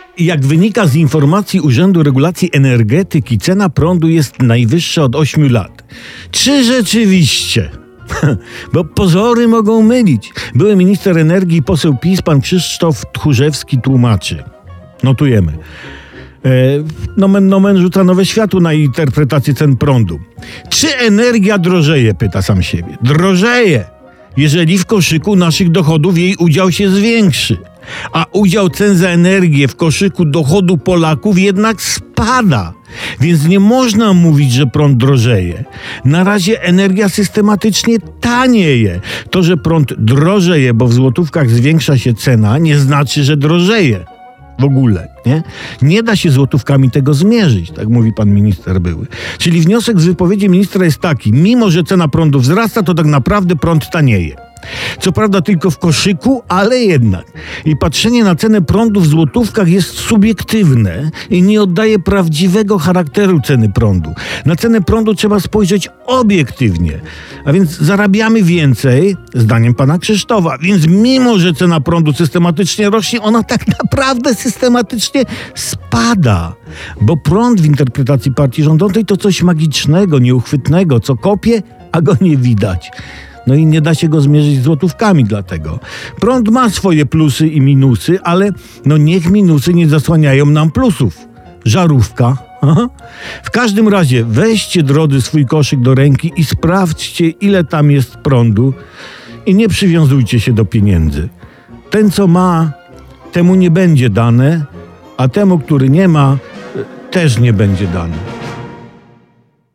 Jak wynika z informacji Urzędu Regulacji Energetyki, cena prądu jest najwyższa od 8 lat. Czy rzeczywiście? Bo pozory mogą mylić. Były minister energii i poseł PiS, pan Krzysztof Tchórzewski tłumaczy. Notujemy. Nomen nomen rzuca nowe światło na interpretację cen prądu. Czy energia drożeje? Pyta sam siebie. Drożeje, jeżeli w koszyku naszych dochodów jej udział się zwiększy. A udział cen za energię w koszyku dochodu Polaków jednak spada. Więc nie można mówić, że prąd drożeje. Na razie energia systematycznie tanieje. To, że prąd drożeje, bo w złotówkach zwiększa się cena, nie znaczy, że drożeje. W ogóle, nie? Nie da się złotówkami tego zmierzyć, tak mówi pan minister były. Czyli wniosek z wypowiedzi ministra jest taki: mimo że cena prądu wzrasta, to tak naprawdę prąd tanieje. Co prawda tylko w koszyku, ale jednak. I patrzenie na cenę prądu w złotówkach jest subiektywne i nie oddaje prawdziwego charakteru ceny prądu. Na cenę prądu trzeba spojrzeć obiektywnie. A więc zarabiamy więcej, zdaniem pana Krzysztofa. Więc mimo że cena prądu systematycznie rośnie, ona tak naprawdę systematycznie spada. Bo prąd w interpretacji partii rządzącej to coś magicznego, nieuchwytnego, co kopie, a go nie widać. No i nie da się go zmierzyć złotówkami dlatego. Prąd ma swoje plusy i minusy, ale niech minusy nie zasłaniają nam plusów. Żarówka. Aha. W każdym razie weźcie, drodzy, swój koszyk do ręki i sprawdźcie, ile tam jest prądu i nie przywiązujcie się do pieniędzy. Ten, co ma, temu nie będzie dane, a temu, który nie ma, też nie będzie dane.